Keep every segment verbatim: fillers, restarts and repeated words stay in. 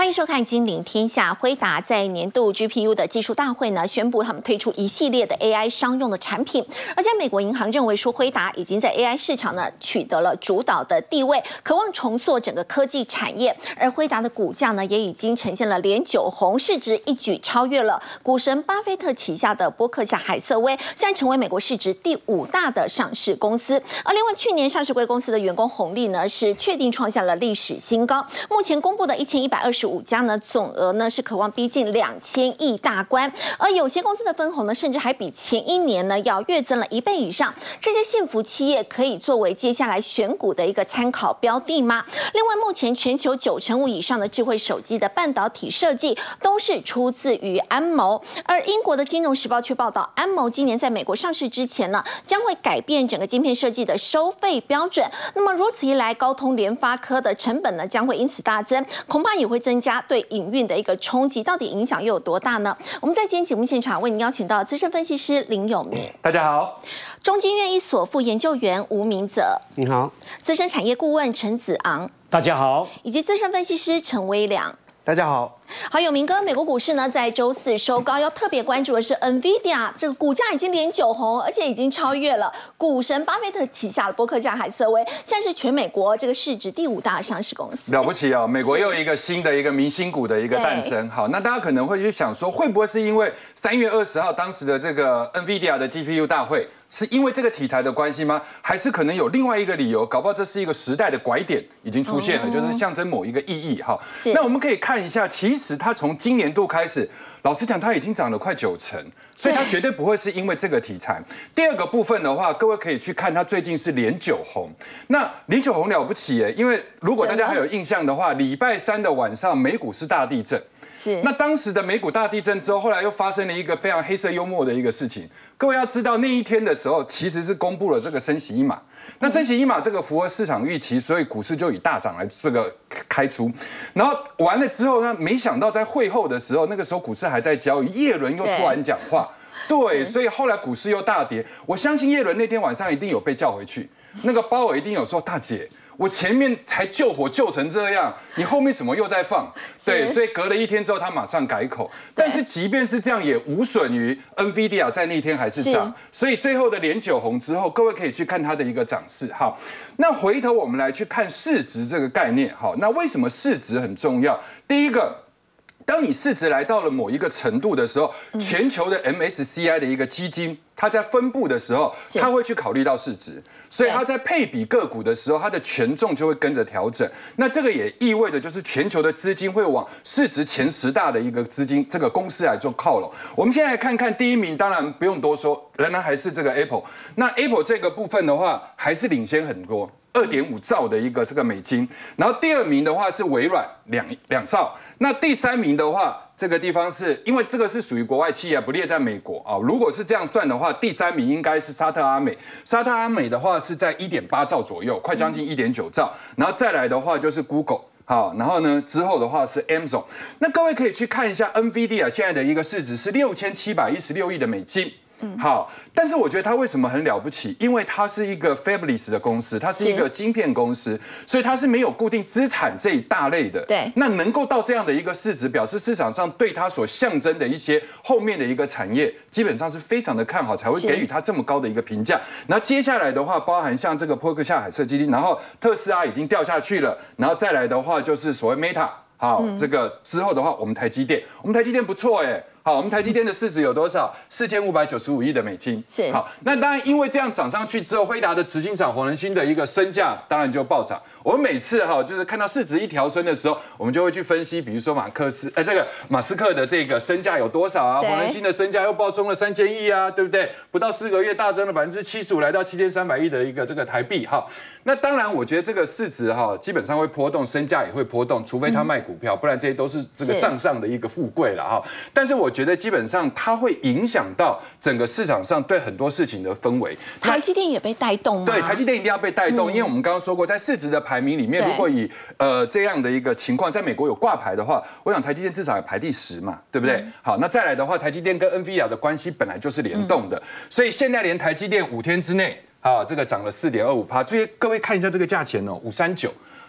欢迎收看《金陵天下》。辉达在年度 G P U 的技术大会呢，宣布他们推出一系列的 A I 商用的产品，而且美国银行认为说，辉达已经在 A I 市场呢取得了主导的地位，渴望重塑整个科技产业。而辉达的股价呢，也已经呈现了连九红，市值一举超越了股神巴菲特旗下的波克夏海瑟威，现在成为美国市值第五大的上市公司。而另外，去年上市贵公司的员工红利呢，是确定创下了历史新高。目前公布的一千一百二十五家呢，总额呢是渴望逼近两千亿大关，而有些公司的分红呢，甚至还比前一年呢要跃增了一倍以上。这些幸福企业可以作为接下来选股的一个参考标的吗？另外，目前全球九成五以上的智慧手机的半导体设计都是出自于安谋，而英国的《金融时报》却报道，安谋今年在美国上市之前呢，将会改变整个晶片设计的收费标准。那么如此一来，高通、联发科的成本呢将会因此大增，恐怕也会增加对营运的一个冲击，到底影响又有多大呢？我们在今天节目现场为您邀请到资深分析师林有明， 大家好； 中经院一所副研究员吴明泽， 你好； 资深产业顾问陈子昂， 大家好； 以及资深分析师陈威良。 大家好， 好，有明哥，美国股市呢在周四收高，要特别关注的是 NVIDIA 这个股价已经连九红，而且已经超越了股神巴菲特旗下的波克夏海瑟威，现在是全美国这个市值第五大的上市公司。 了不起哦，美国又有一个新的一个明星股的一个诞生。好，那大家可能会去想说，会不会是因为三月二十号当时的这个 NVIDIA 的 G P U 大会？是因为这个题材的关系吗？还是可能有另外一个理由？搞不好这是一个时代的拐点已经出现了，就是象征某一个意义。哈，那我们可以看一下，其实它从今年度开始，老实讲，它已经涨了快九成，所以它绝对不会是因为这个题材。第二个部分的话，各位可以去看它最近是连九红。那连九红了不起耶，因为如果大家还有印象的话，礼拜三的晚上美股是大地震。 是， 那当时的美股大地震之后，后来又发生了一个非常黑色幽默的一个事情。各位要知道，那一天的时候其实是公布了这个升息一码。那升息一码这个符合市场预期，所以股市就以大涨来这个开出。然后完了之后呢，没想到在会后的时候，那个时候股市还在交易，耶伦又突然讲话，对，所以后来股市又大跌。我相信耶伦那天晚上一定有被叫回去，那个鲍尔一定有说：“大姐。”我前面才救火救成这样，你后面怎么又在放？对，所以隔了一天之后，他马上改口。但是即便是这样，也无损于 NVIDIA 在那天还是涨。所以最后的连九红之后，各位可以去看它的一个涨势。好，那回头我们来去看市值这个概念。好，那为什么市值很重要？第一个。当你市值来到了某一个程度的时候，全球的 M S C I 的一个基金，它在分布的时候，它会去考虑到市值，所以它在配比个股的时候，它的权重就会跟着调整。那这个也意味着，就是全球的资金会往市值前十大的一个资金这个公司来做靠拢。我们现在来看看第一名，当然不用多说，仍然还是这个 Apple。那 Apple 这个部分的话，还是领先很多。二点五兆的一个这个美金，然后第二名的话是微软两两兆，那第三名的话，这个地方是因为这个是属于国外企业，不列在美国啊。如果是这样算的话，第三名应该是沙特阿美，沙特阿美的话是在一点八兆左右，快将近一点九兆，然后再来的话就是 Google。好，然后呢，之后的话是 Amazon。那各位可以去看一下 NVIDIA 现在的一个市值是六千七百一十六亿的美金。好，但是我觉得它为什么很了不起？因为它是一个 Fabless 的公司，它是一个晶片公司，所以它是没有固定资产这一大类的。 对， 那能够到这样的一个市值，表示市场上对它所象征的一些后面的一个产业，基本上是非常的看好，才会给予它这么高的一个评价。然后接下来的话，包含像这个波克夏海瑟基金，然后特斯拉已经掉下去了，然后再来的话就是所谓 Meta。好，嗯、这个之后的话，我们台积电，我们台积电不错哎。好，我们台积电的市值有多少？四千五百九十五亿的美金。 是。 好，那当然，因为这样涨上去之后，辉达的执行长黄仁勋的一个身价当然就暴涨。我们每次哈，就是看到市值一调升的时候，我们就会去分析，比如说马克思，哎、呃，这个马斯克的这个身价有多少啊？黄仁勋的身价又暴冲了三千亿啊，对不对？不到四个月大增了百分之七十五，来到七千三百亿的一个这个台币哈。那当然，我觉得这个市值哈，基本上会波动，身价也会波动，除非他卖股票，不然这些都是这个账上的一个富贵了哈。但是我觉得基本上它会影响到整个市场上对很多事情的氛围。 台积电也被带动吗？ 对，台积电一定要被带动，嗯、因为我们刚刚说过，在市值的排名里面，如果以呃这样的一个情况，在美国有挂牌的话，我想台积电至少也排第十嘛，对不对？嗯、好，那再来的话，台积电跟 NVIDIA 的关系本来就是联动的，嗯、所以现在连台积电五天之内，好，这个涨了四点二五趴，注意各位看一下这个价钱哦，五三九。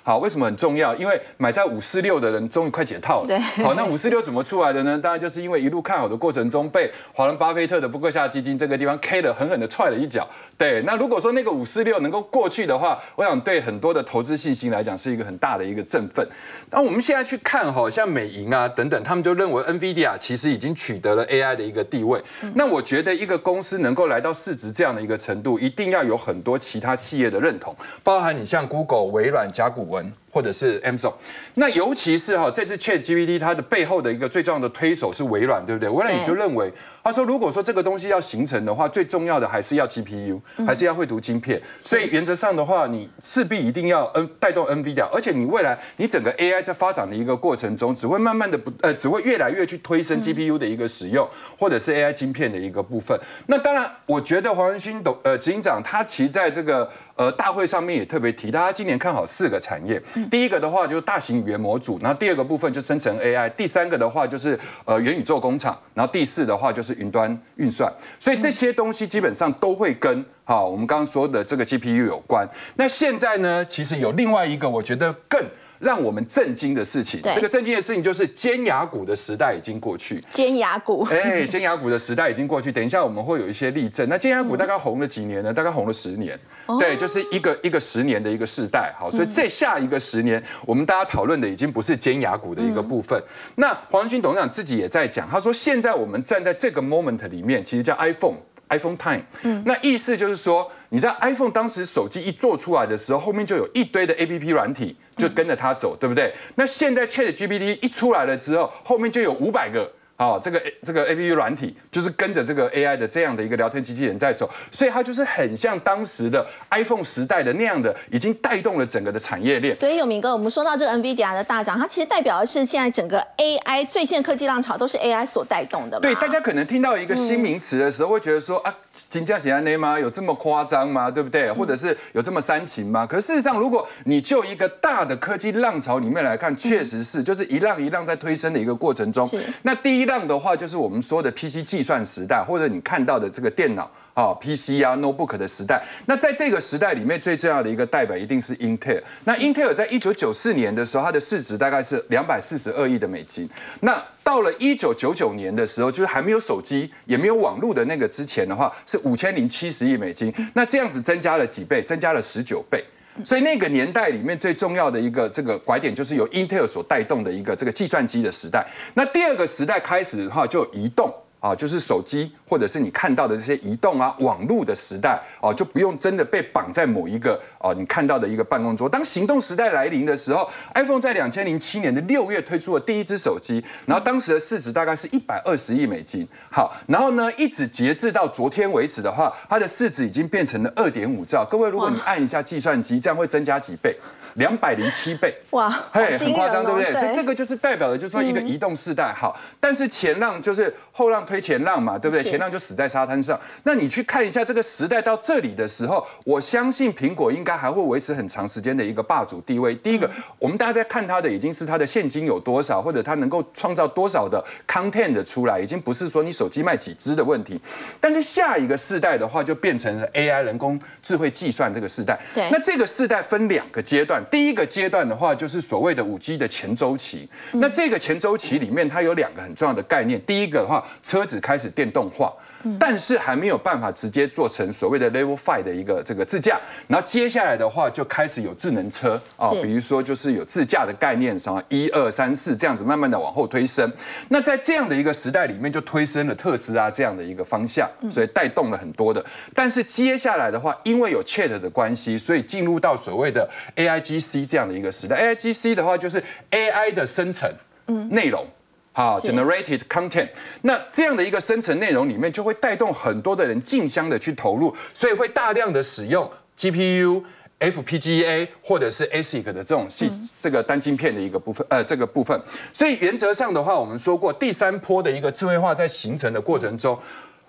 好，为什么很重要？因为买在五四六的人终于快解套了。 对， 好，那五四六怎么出来的呢？当然就是因为一路看好的过程中，被华伦巴菲特的伯克夏基金这个地方 K 了，狠狠的踹了一脚。对，那如果说那个五四六能够过去的话，我想对很多的投资信心来讲是一个很大的一个振奋。那我们现在去看哈，像美银啊等等，他们就认为 NVIDIA 其实已经取得了 A I 的一个地位。那我觉得一个公司能够来到市值这样的一个程度，一定要有很多其他企业的认同，包含你像 Google、微软、甲骨文。或者是 Amazon， 那尤其是哈这次 ChatGPT 它的背后的一个最重要的推手是微软，对不对？微软你就认为，他说如果说这个东西要形成的话，最重要的还是要 G P U， 还是要绘图晶片，所以原则上的话，你势必一定要 N 带动 NVIDIA， 而且你未来你整个 A I 在发展的一个过程中，只会慢慢的不呃，只会越来越去推升 G P U 的一个使用，或者是 A I 晶片的一个部分。那当然，我觉得黄仁勋董呃执行长他其实在这个呃大会上面也特别提到，他今年看好四个产业。第一个的话就是大型语言模组，然后第二个部分就生成 A I， 第三个的话就是呃元宇宙工厂，然后第四的话就是云端运算。所以这些东西基本上都会跟好我们刚刚说的这个 G P U 有关。那现在呢，其实有另外一个我觉得更让我们震惊的事情，这个震惊的事情就是尖牙股的时代已经过去。 尖牙股， 哎，尖牙股的时代已经过去。等一下我们会有一些例证。那尖牙股大概红了几年呢？大概红了十年。哦、对，就是一个一个十年的一个世代。好，所以再下一个十年，我们大家讨论的已经不是尖牙股的一个部分。嗯、那黄仁勋董事长自己也在讲，他说现在我们站在这个 moment 里面，其实叫 iPhone。iPhone Time，嗯，那意思就是说，你知道 iPhone 当时手机一做出来的时候，后面就有一堆的 A P P 软体就跟着它走，对不对？那现在 ChatGPT 一出来了之后，后面就有五百个。哦，这个这个 A P P 软体就是跟着这个 A I 的这样的一个聊天机器人在走，所以它就是很像当时的 iPhone 时代的那样的，已经带动了整个的产业链。 所以有明哥，我们说到这个 NVIDIA 的大涨，它其实代表的是现在整个 A I 最新的科技浪潮都是 A I 所带动的嘛？ 对，大家可能听到一个新名词的时候，会觉得说、嗯、啊，金价写在那吗？有这么夸张吗？对不对？或者是有这么煽情吗？可是事实上，如果你就一个大的科技浪潮里面来看，确实是就是一浪一浪在推升的一个过程中。那第一浪的话，就是我们说的 P C 计算时代，或者你看到的这个电脑啊 P C 啊 notebook 的时代。那在这个时代里面，最重要的一个代表一定是 Intel。那 Intel 在一九九四年的时候，它的市值大概是两百四十二亿的美金。那到了一九九九年的时候，就是还没有手机也没有网络的那个之前的话，是五千零七十亿美金。那这样子增加了几倍？增加了十九倍。所以那个年代里面最重要的一个这个拐点，就是由 Intel 所带动的一个这个计算机的时代。那第二个时代开始的话，就有移动。啊，就是手机或者是你看到的这些移动啊、网络的时代哦、啊，就不用真的被绑在某一个哦、啊、你看到的一个办公桌。当行动时代来临的时候 ，iPhone 在两千零七年的六月推出了第一只手机，然后当时的市值大概是一百二十亿美金。好，然后呢，一直截至到昨天为止的话，它的市值已经变成了二点五兆。各位，如果你按一下计算机，这样会增加几倍？两百零七倍，哇，嘿，很夸张，对不对？所以这个就是代表的，就是说一个移动世代。好，但是前浪就是后浪推前浪嘛，对不对？前浪就死在沙滩上。那你去看一下这个时代到这里的时候，我相信苹果应该还会维持很长时间的一个霸主地位。第一个，我们大家在看它的已经是它的现金有多少，或者它能够创造多少的 content 的出来，已经不是说你手机卖几只的问题。但是下一个世代的话，就变成了 A I 人工智慧计算这个世代。对，那这个世代分两个阶段。第一个阶段的话，就是所谓的五 G 的前周期。那这个前周期里面，它有两个很重要的概念。第一个的话，车子开始电动化，但是还没有办法直接做成所谓的 Level Five 的一个这个自驾。然后接下来的话，就开始有智能车啊，比如说就是有自驾的概念，什么一二三四这样子，慢慢的往后推升。那在这样的一个时代里面，就推升了特斯拉这样的一个方向，所以带动了很多的。但是接下来的话，因为有 Chat 的关系，所以进入到所谓的 A I G C 这样的一个时代。A I G C 的话，就是 A I 的生成内容。好 ，generated content， 那这样的一个生成内容里面，就会带动很多的人竞相的去投入，所以会大量的使用 G P U、F P G A 或者是 A S I C 的这种系、嗯、这个单晶片的一个部分，呃，这个部分。所以原则上的话，我们说过，第三波的一个智慧化在形成的过程中。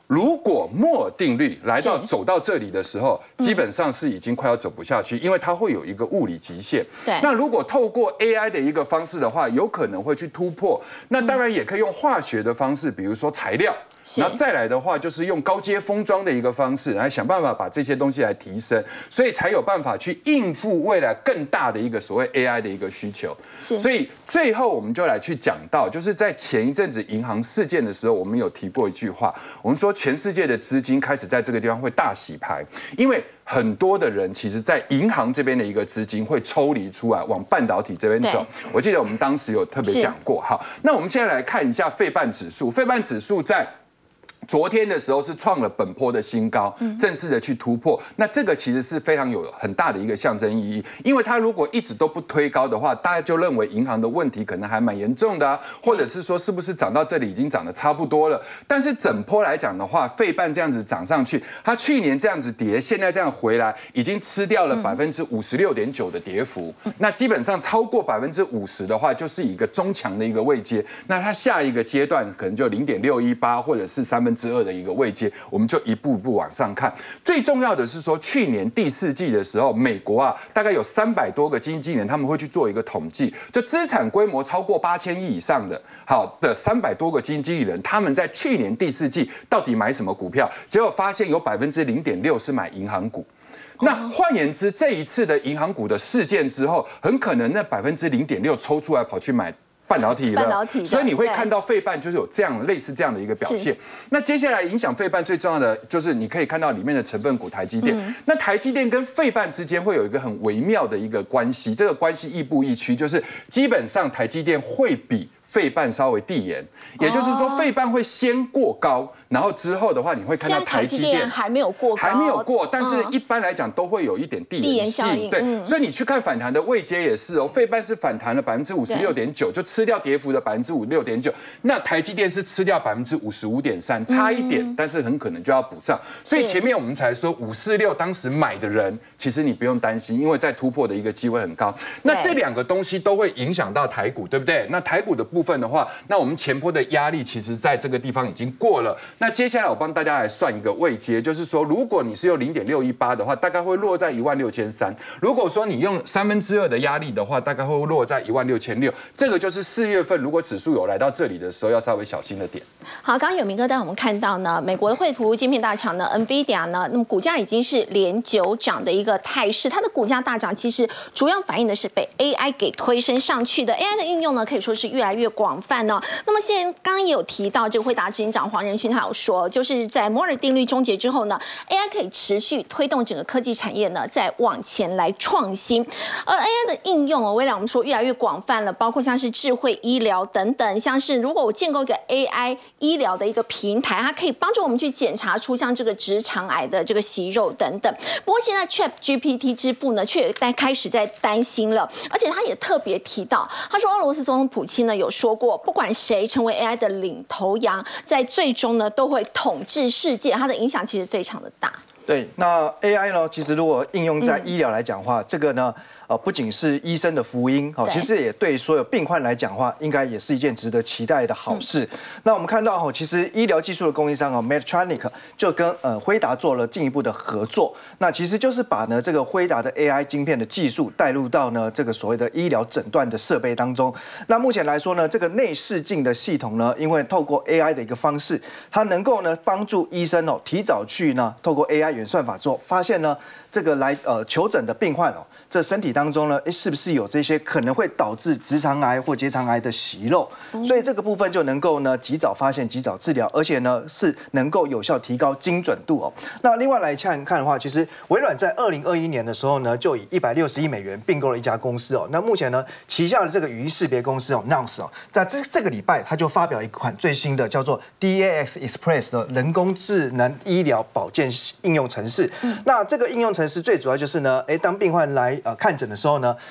如果摩尔定律来到走到这里的时候，基本上是已经快要走不下去，因为它会有一个物理极限。 对。 那如果透过 A I 的一个方式的话，有可能会去突破。那当然也可以用化学的方式，比如说材料。然后再来的话，就是用高阶封装的一个方式，来想办法把这些东西来提升，所以才有办法去应付未来更大的一个所谓 A I 的一个需求。所以最后我们就来去讲到，就是在前一阵子银行事件的时候，我们有提过一句话，我们说全世界的资金开始在这个地方会大洗牌，因为很多的人其实在银行这边的一个资金会抽离出来，往半导体这边走。我记得我们当时有特别讲过。好，那我们现在来看一下费半指数，费半指数在昨天的时候是创了本波的新高，正式的去突破。那这个其实是非常有很大的一个象征意义，因为它如果一直都不推高的话，大家就认为银行的问题可能还蛮严重的啊，或者是说是不是涨到这里已经涨得差不多了？但是整波来讲的话，费半这样子涨上去，它去年这样子跌，现在这样回来，已经吃掉了百分之五十六点九的跌幅。那基本上超过百分之五十的话，就是一个中强的一个位阶。那它下一个阶段可能就零点六一八或者是三分之二的一个位阶，我们就一步一步往上看。最重要的是说，去年第四季的时候，美国啊，大概有三百多个基金经理人，他们会去做一个统计，就资产规模超过八千亿以上的，好的三百多个基金经理人，他们在去年第四季到底买什么股票？结果发现有百分之零点六是买银行股。那换言之，这一次的银行股的事件之后，很可能那百分之零点六抽出来跑去买半导体了， 半导体， 所以你会看到费半就是有这样类似这样的一个表现。那接下来影响费半最重要的就是你可以看到里面的成分股台积电。嗯、那台积电跟费半之间会有一个很微妙的一个关系，这个关系亦步亦趋，就是基本上台积电会比费半稍微递延，也就是说费半会先过高，然后之后的话你会看到台积电还没有过高， 还没有过，但是一般来讲都会有一点递延性，对，嗯、所以你去看反弹的位阶也是哦，费半是反弹了百分之五十六点九，就吃掉跌幅的百分之五十六点九，那台积电是吃掉百分之五十五点三，差一点，嗯、但是很可能就要补上，所以前面我们才说五四六当时买的人，其实你不用担心，因为在突破的一个机会很高。那这两个东西都会影响到台股，对不对？那台股的部分的话，那我们前波的压力其实在这个地方已经过了。那接下来我帮大家来算一个位阶，就是说，如果你是用零点六一八的话，大概会落在一万六千三；如果说你用三分之二的压力的话，大概会落在一万六千六。这个就是四月份如果指数有来到这里的时候，要稍微小心的点。 好，刚刚有明哥带我们看到呢，美国的绘图晶片大厂呢 ，NVIDIA 呢，那么股价已经是连九涨的一个态势，它的股价大涨，其实主要反映的是被 A I 给推升上去的。A I 的应用呢，可以说是越来越广泛哦。那么现在刚刚也有提到，这个辉达执行长黄仁勋他有说，就是在摩尔定律终结之后呢 ，A I 可以持续推动整个科技产业呢再往前来创新。而 A I 的应用哦，未来我们说越来越广泛了，包括像是智慧医疗等等，像是如果我建构一个 A I 医疗的一个平台，它可以帮助我们去检查出像这个直肠癌的这个息肉等等。不过现在 Chat G P T 之父呢，却在开始在担心了，而且他也特别提到，他说俄罗斯总统普京呢有说过，不管谁成为 A I 的领头羊，在最终呢都会统治世界，它的影响其实非常的大。 对，那 A I 呢，其实如果应用在医疗来讲的话，嗯、这个呢。呃，不仅是医生的福音，好，其实也对所有病患来讲的话，应该也是一件值得期待的好事。嗯、那我们看到哈，其实医疗技术的供应商哦 ，Medtronic 就跟呃辉达做了进一步的合作。那其实就是把呢这个辉达的 A I 晶片的技术带入到呢这个所谓的医疗诊断的设备当中。那目前来说呢，这个内视镜的系统呢，因为透过 A I 的一个方式，它能够呢帮助医生哦提早去呢透过 A I 演算法之后，发现呢这个来呃求诊的病患哦。这身体当中呢，哎，是不是有这些可能会导致直肠癌或结肠癌的息肉？所以这个部分就能够呢及早发现、及早治疗，而且呢是能够有效提高精准度哦。那另外来看看的话，其实微软在二零二一年的时候呢，就以一百六十亿美元并购了一家公司哦。那目前呢，旗下的这个语音识别公司哦 ，N O S 哦，在这这个礼拜，它就发表一款最新的叫做 D A X Express 的人工智能医疗保健应用程式。嗯、那这个应用程式最主要就是呢，哎，当病患来呃看诊的时候呢，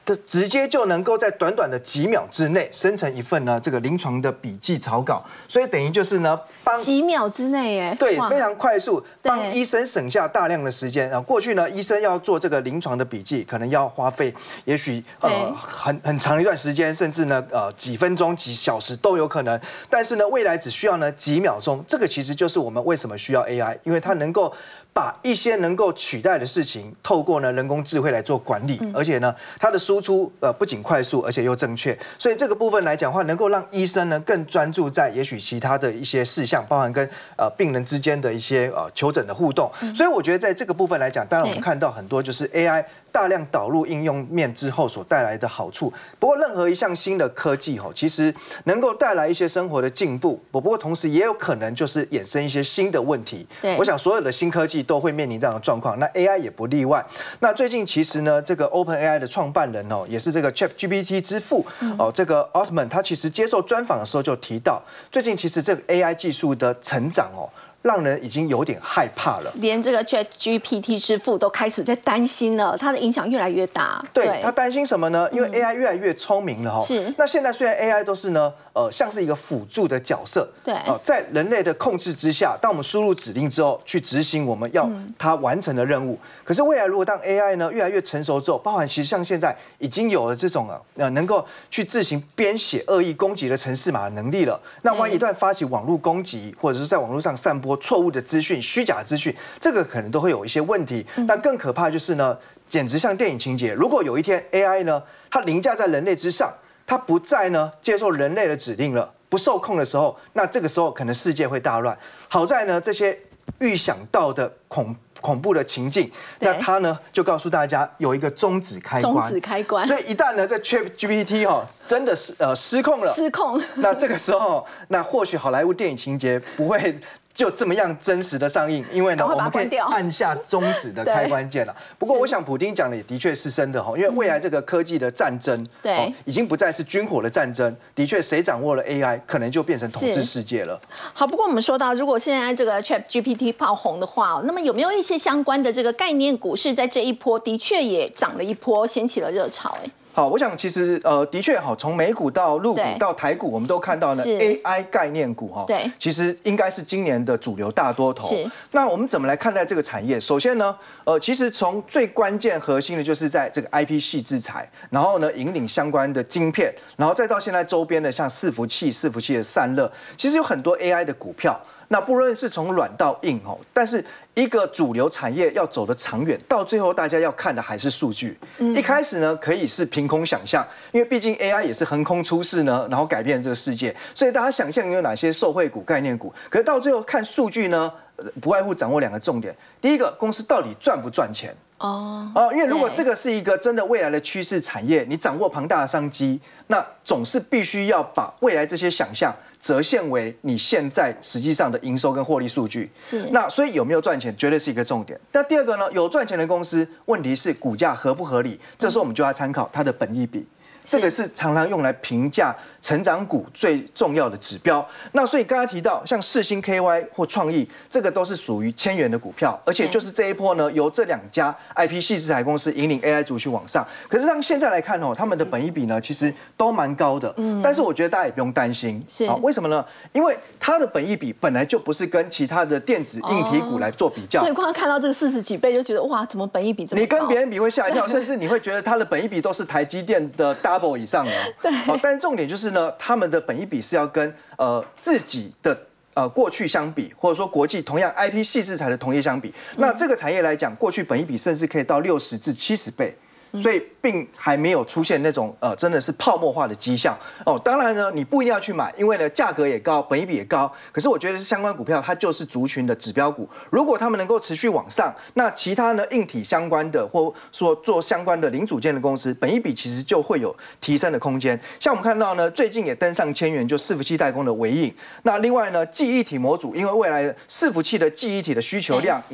直接就能够在短短的几秒之内生成一份呢这个临床的笔记草稿，所以等于就是呢帮几秒之内，哎， 对，非常快速，帮医生省下大量的时间啊。过去呢，医生要做这个临床的笔记，可能要花费也许呃很很长一段时间，甚至呢呃几分钟、几小时都有可能。但是呢，未来只需要呢几秒钟，这个其实就是我们为什么需要 A I， 因为它能够把一些能够取代的事情，透过呢人工智慧来做管理，而且呢它的输出呃不仅快速，而且又正确。所以这个部分来讲的话，能够让医生呢更专注在也许其他的一些事项，包含跟呃病人之间的一些呃求诊的互动。所以我觉得在这个部分来讲，当然我们看到很多就是 A I 大量导入应用面之后所带来的好处。不过任何一项新的科技吼，其实能够带来一些生活的进步，不过同时也有可能就是衍生一些新的问题。 对， 我想所有的新科技都会面临这样的状况，那 A I 也不例外。那最近其实呢，这个 OpenAI 的创办人哦，也是这个 ChatGPT 之父哦，这个 Altman 他其实接受专访的时候就提到，最近其实这个 A I 技术的成长哦，让人已经有点害怕了， 连这个 ChatGPT 之父都开始在担心了，它的影响越来越大。 对，对他担心什么呢？因为 A I 越来越聪明了哈、哦。 是。 那现在虽然 A I 都是呢，呃，像是一个辅助的角色， 对， 呃，在人类的控制之下，当我们输入指令之后，去执行我们要它完成的任务。嗯、可是未来如果当 A I 呢越来越成熟之后，包含其实像现在已经有了这种呃能够去自行编写恶意攻击的程式码的能力了。那万一一旦发起网络攻击，或者是在网络上散播错误的资讯、虚假资讯，这个可能都会有一些问题。那更可怕就是呢，简直像电影情节。如果有一天 A I 呢，它凌驾在人类之上，它不再呢接受人类的指令了，不受控的时候，那这个时候可能世界会大乱。好在呢，这些预想到的恐恐怖的情境，那它呢就告诉大家有一个终止开关。 终止开关。 所以一旦呢，这 ChatGPT 哈、哦、真的是呃失控了， 失控， 那这个时候，那或许好莱坞电影情节不会就这么样真实的上映，因为呢，我们可以按下终止的开关键了。不过，我想普丁讲的也的确是真的哈，因为未来这个科技的战争， 对、哦， 已经不再是军火的战争，的确谁掌握了 A I， 可能就变成统治世界了。 好，不过我们说到，如果现在这个 ChatGPT 爆红的话，那么有没有一些相关的这个概念股是在这一波的确也涨了一波，掀起了热潮？哎。 好，我想其实呃，的确哈，从美股到陆股到台股，我们都看到呢 A I 概念股哈， 对， 其实应该是今年的主流大多头。 是。 那我们怎么来看待这个产业？首先呢，呃，其实从最关键核心的就是在这个 I P 矽智财，然后呢引领相关的晶片，然后再到现在周边的像伺服器、伺服器的散热，其实有很多 A I 的股票。那不论是从软到硬哦，但是一个主流产业要走得长远，到最后大家要看的还是数据。嗯、一开始呢，可以是凭空想象，因为毕竟 A I 也是横空出世呢，然后改变这个世界，所以大家想象有哪些受惠股、概念股。可是到最后看数据呢，不外乎掌握两个重点：第一个，公司到底赚不赚钱。哦哦，因为如果这个是一个真的未来的趋势产业，你掌握庞大的商机，那总是必须要把未来这些想象折现为你现在实际上的营收跟获利数据。 是。 那所以有没有赚钱，绝对是一个重点。那第二个呢，有赚钱的公司，问题是股价合不合理？这时候我们就要参考它的本益比。这个是常常用来评价成长股最重要的指标。那所以刚才提到像世芯 K Y 或创意，这个都是属于千元的股票，而且就是这一波呢，由这两家 I P 矽智财公司引领 A I 族群往上。可是让现在来看哦，他们的本益比呢，其实都蛮高的。嗯。但是我觉得大家也不用担心， 是啊，为什么呢？因为它的本益比本来就不是跟其他的电子硬体股来做比较， 所以光看到这个四十几倍就觉得哇，怎么本益比这么高？ 你跟别人比会吓一跳，甚至你会觉得它的本益比都是台积电的 double 以上了。 对。 好，但是重点就是呢，他们的本益比是要跟呃自己的呃过去相比，或者说国际同样 I P 矽智财的同业相比，那这个产业来讲，过去本益比甚至可以到六十至七十倍。所以并还没有出现那种呃真的是泡沫化的迹象哦。当然呢，你不一定要去买，因为呢价格也高，本益比也高。可是我觉得是相关股票，它就是族群的指标股。如果它们能够持续往上，那其他呢硬体相关的或说做相关的零组件的公司，本益比其实就会有提升的空间。像我们看到呢，最近也登上千元，就伺服器代工的微影。那另外呢，记忆体模组，因为未来伺服器的记忆体的需求量也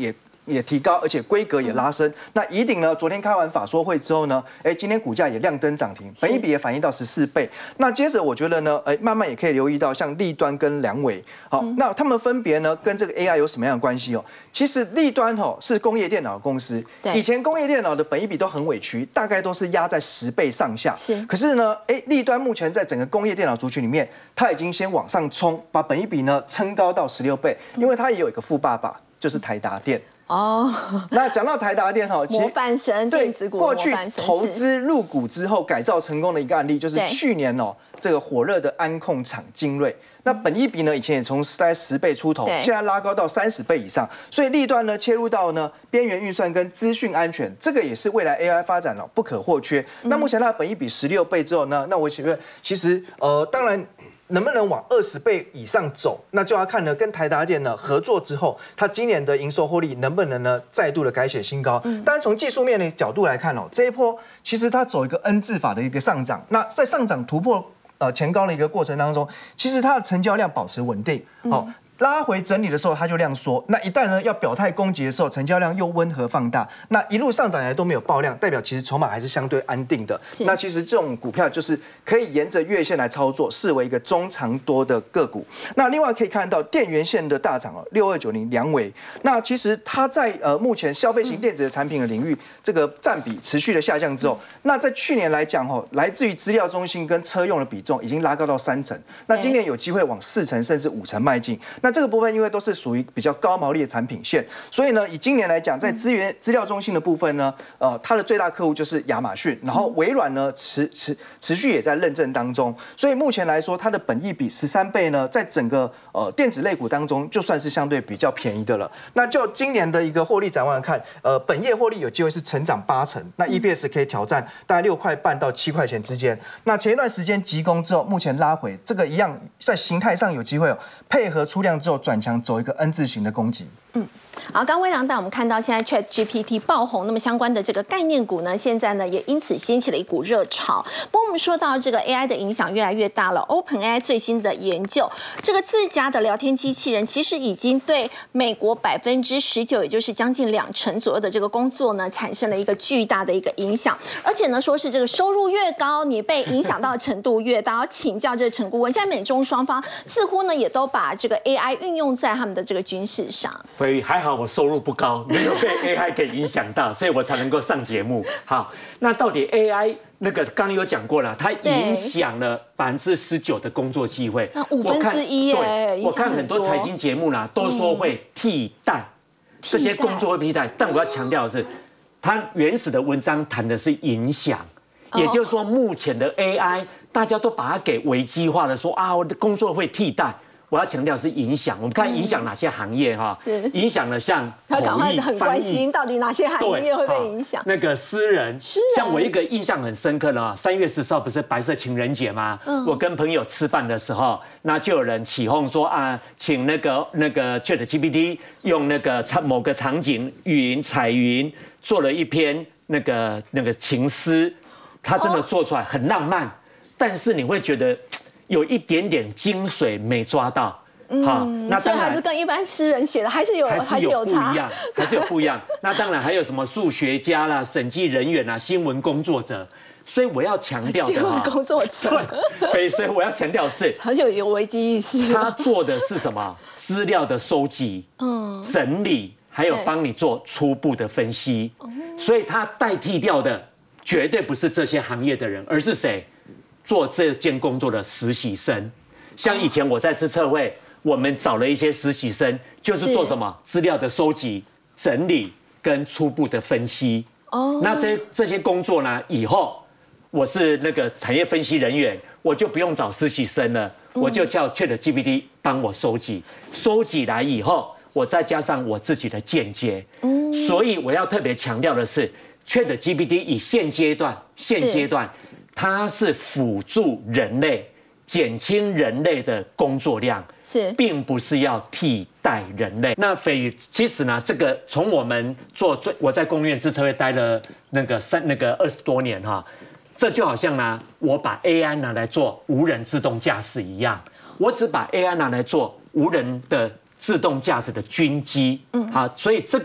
也提高，而且规格也拉升。那宜鼎呢，昨天开完法说会之后呢，哎，今天股价也亮灯涨停，本益比也反映到十四倍。那接着我觉得呢，哎，慢慢也可以留意到像立端跟良伟，好，嗯、那他们分别呢跟这个 A I 有什么样的关系哦？其实立端哦是工业电脑公司，以前工业电脑的本益比都很委屈，大概都是压在十倍上下。是，可是呢，哎，立端目前在整个工业电脑族群里面，它已经先往上冲，把本益比呢撑高到十六倍，因为它也有一个富爸爸，就是台达电。哦，那讲到台达电哈， 模范生电子股， 过去投资入股之后改造成功的一个案例，就是去年哦这个火热的安控厂精锐，那本益比呢以前也从大概十倍出头，现在拉高到三十倍以上，所以立端呢切入到呢边缘运算跟资讯安全，这个也是未来 A I 发展了不可或缺。嗯、那目前它的本益比十六倍之后呢，那我觉得其实呃当然。能不能往二十倍以上走，那就要看呢，跟台达电呢合作之后，它今年的营收获利能不能呢再度的改写新高？嗯，当然从技术面的角度来看哦，这一波其实它走一个 N 字法的一个上涨，那在上涨突破呃前高的一个过程当中，其实它的成交量保持稳定，好、嗯。拉回整理的时候，它就量缩。那一旦呢要表态攻击的时候，成交量又温和放大。那一路上涨以来都没有爆量，代表其实筹码还是相对安定的。那其实这种股票就是可以沿着月线来操作，视为一个中长多的个股。那另外可以看到电源线的大涨哦，六二九零良伟。那其实它在呃目前消费型电子的产品的领域，这个占比持续的下降之后，那在去年来讲哦，来自于资料中心跟车用的比重已经拉高到三成。那今年有机会往四成甚至五成迈进。那这个部分因为都是属于比较高毛利的产品线，所以呢，以今年来讲，在资源资料中心的部分呢，呃，它的最大客户就是亚马逊，然后微软呢持持持续也在认证当中，所以目前来说，它的本益比十三倍呢，在整个呃电子类股当中，就算是相对比较便宜的了。那就今年的一个获利展望来看，呃，本业获利有机会是成长八成，那 E P S 可以挑战大概六块半到七块钱之间。那前一段时间急攻之后，目前拉回，这个一样在形态上有机会哦，配合出量之后转强走一个 N 字形的攻击。嗯，好，刚微良带我们看到现在 Chat G P T 爆红，那么相关的这个概念股呢，现在呢也因此掀起了一股热潮。不过我们说到这个 A I 的影响越来越大了 ，OpenAI 最新的研究，这个自家的聊天机器人其实已经对美国百分之十九，也就是将近两成左右的这个工作呢，产生了一个巨大的一个影响。而且呢，说是这个收入越高，你被影响到的程度越大。要请教这个陈顾问，现在美中双方似乎呢也都把这个 A I 运用在他们的这个军事上。 所以还好我收入不高，没有被 A I 给影响到，所以我才能够上节目。好，那到底 A I 那个刚刚有讲过了，它影响了百分之十九的工作机会， 五分之一耶。 我看很多财经节目啦，都说会替代、嗯、这些工作会替代，但我要强调的是，它原始的文章谈的是影响。也就是说，目前的 A I 大家都把它给危机化的说啊，我的工作会替代。我要强调是影响，我们看影响哪些行业哈？影响了像口译、 很关心到底哪些行业会被影响。 那个诗人，像我一个印象很深刻的啊，三月十四号不是白色情人节吗？嗯、我跟朋友吃饭的时候，那就有人起哄说啊，请那个那个 Chat G P T 用那个某个场景云彩云做了一篇那个那个情诗。他真的做出来很浪漫，但是你会觉得有一点点精髓没抓到， 好、嗯，那所以还是跟一般诗人写的还是有还是有不一样，还是有不一样。那当然还有什么数学家啦、审计人员啦、新闻工作者。所以我要强调的， 新闻工作者， 对，所以我要强调是， 很有有危机意识。 他做的是什么？资料的收集、嗯，整理，还有帮你做初步的分析。所以他代替掉的。绝对不是这些行业的人，而是谁？做这件工作的实习生。像以前我在资策会，我们找了一些实习生，就是做什么资料的收集、整理跟初步的分析。哦，那这这些工作呢，以后我是那个产业分析人员，我就不用找实习生了，我就叫 Chat G P T 帮我收集，收集来以后，我再加上我自己的见解。嗯，所以我要特别强调的是。Chat G P T 以现阶段，现阶段，它是辅助人类，减轻人类的工作量，是，并不是要替代人类。那斐宇，其实呢，这个从我们做最，我在工业资策会待了那个三那个二十多年哈，这就好像呢，我把 A I 拿来做无人自动驾驶一样，我只把 A I 拿来做无人的自动驾驶的军机，嗯，好，所以这个。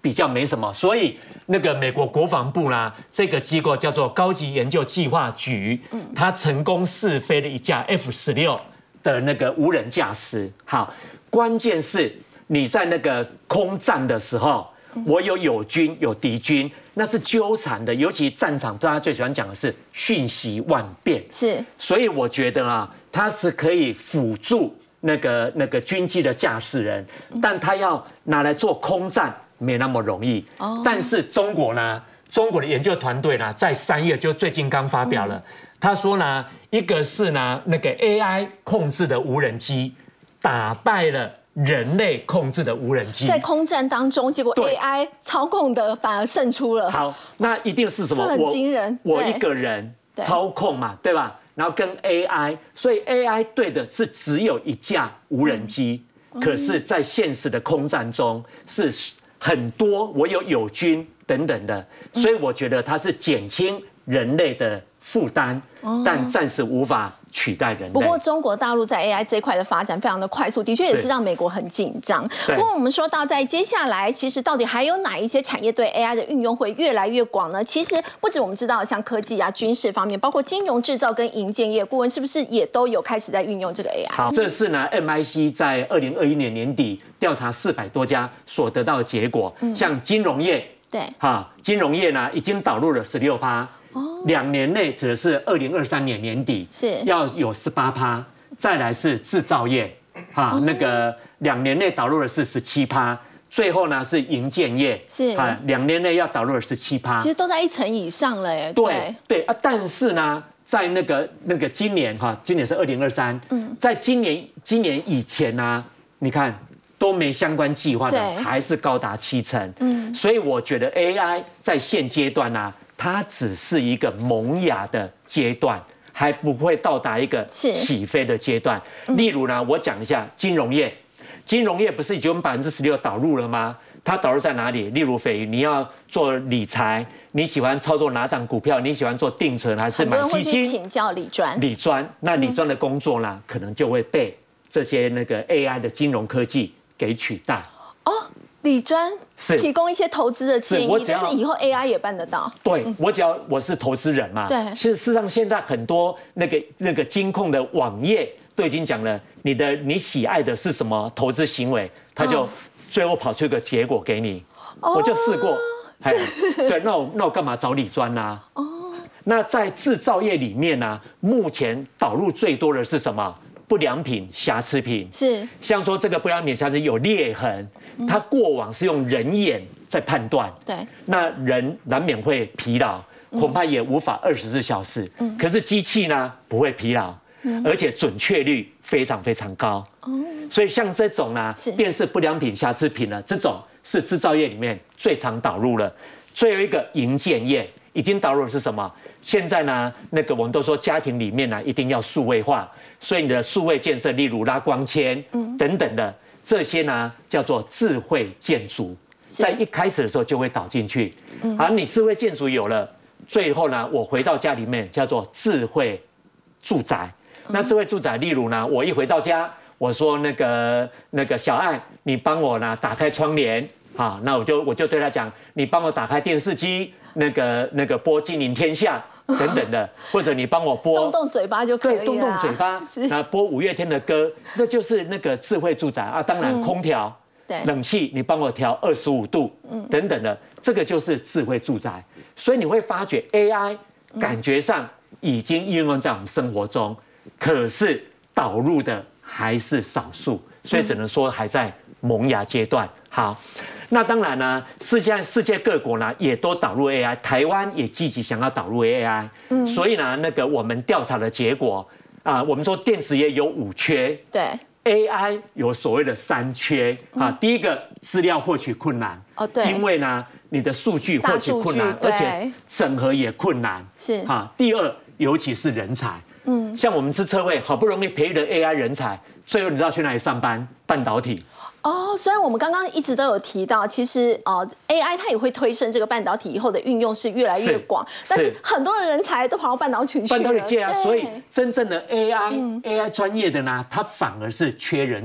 比较没什么。所以那个美国国防部啦，这个机构叫做高级研究计划局，它成功试飞了一架 F 十六的那个无人驾驶。好，关键是你在那个空战的时候，我有友军有敌军，那是纠缠的。尤其战场，大家最喜欢讲的是瞬息万变。 是， 所以我觉得啊，它是可以辅助那个那个军机的驾驶人，但他要拿来做空战没那么容易。哦，但是中国呢，中国的研究团队呢，在三月就最近刚发表了，他说呢，一个是呢那个 A I 控制的无人机打败了人类控制的无人机， 在空战当中，结果 A I 操控的反而胜出了。 好，那一定是什么？ 这很惊人。 我我一个人操控嘛，对吧？然后跟 A I， 所以 A I 对的是只有一架无人机，嗯、可是，在现实的空战中是很多，我有友军等等的，所以我觉得它是减轻人类的负担，嗯、但暂时无法取代人类。 不过中国大陆在 A I 这一块的发展非常的快速，的确也是让美国很紧张。不过我们说到在接下来，其实到底还有哪一些产业对 A I 的运用会越来越广呢？其实不止我们知道像科技啊、军事方面，包括金融制造跟营建业，顾问是不是也都有开始在运用这个 A I？ 好，这是呢 M I C 在二零二一年年底调查四百多家所得到的结果，嗯、像金融业， 对， 哈，金融业呢已经导入了十六趴。两年内指的是二零二三年年底是要有十八趴，再来是制造业，哈，那个两年内导入的是十七趴，最后呢是营建业， 是啊，两年内要导入的十七趴， 其实都在一成以上了耶。 对对啊，但是呢，在那个那个今年哈，今年是二零二三，嗯，在今年今年以前呢、啊，你看都没相关计划的，还是高达七成，嗯，所以我觉得 A I 在现阶段呢、啊。它只是一个萌芽的阶段，还不会到达一个起飞的阶段。例如呢，我讲一下金融业，金融业不是已经百分之十六导入了吗？它导入在哪里？例如斐鱼，你要做理财，你喜欢操作哪档股票？你喜欢做定存还是买基金？ 很多人会去请教理专。 理专，那理专的工作呢，嗯、可能就会被这些那个 A I 的金融科技给取代。 哦。理专是提供一些投资的建议，但是以后 A I 也办得到。 对，我只要我是投资人嘛。 对， 事实上现在很多那个那个金控的网页都已经讲了，你的你喜爱的是什么投资行为，他就最后跑出一个结果给你。哦、我就试过，对，那我那我干嘛找理专呢？哦，那在制造业里面呢、啊，目前导入最多的是什么？不良品、瑕疵品是， 像说这个不良品、瑕疵有裂痕，它过往是用人眼在判断， 对， 那人难免会疲劳，恐怕也无法二十四小时。嗯，可是机器呢不会疲劳，嗯、而且准确率非常非常高。哦，所以像这种呢，辨识不良品、瑕疵品呢，这种是制造业里面最常导入了。最后一个营建业已经导入的是什么？现在呢，那个我们都说家庭里面呢一定要数位化。所以你的数位建设，例如拉光纤等等的这些呢，叫做智慧建筑，在一开始的时候就会导进去。而你智慧建筑有了，最后呢，我回到家里面叫做智慧住宅。那智慧住宅，例如呢，我一回到家，我说那个那个小爱，你帮我呢打开窗帘，啊，那我就我就对他讲，你帮我打开电视机，那个那个播《金陵天下》。等等的，或者你帮我播， 动动嘴巴就可以了。 对，动动嘴巴，那播五月天的歌，那就是那个智慧住宅啊。当然，空调、对，冷气你帮我调二十五度，嗯，等等的，这个就是智慧住宅。所以你会发觉 A I 感觉上已经应用在我们生活中，可是导入的还是少数，所以只能说还在萌芽阶段。好。那当然呢，世界世界各国呢也都导入 A I， 台湾也积极想要导入 A I，嗯，所以呢，那个我们调查的结果啊、呃，我们说电子业有五缺， 对 ，A I 有所谓的三缺啊。嗯、第一个资料获取困难， 哦对， 因为呢你的数据获取困难，而且整合也困难， 是啊。第二，尤其是人才，嗯，像我们资策会好不容易培育的 A I 人才，最后你知道去哪里上班？半导体。 哦，虽然我们刚刚一直都有提到，其实呃 A I 它也会推升这个半导体以后的运用是越来越广，但是很多的人才都跑到半导体去了。 半导体界啊，所以真正的 A I、嗯、A I 专业的呢，它反而是缺人才。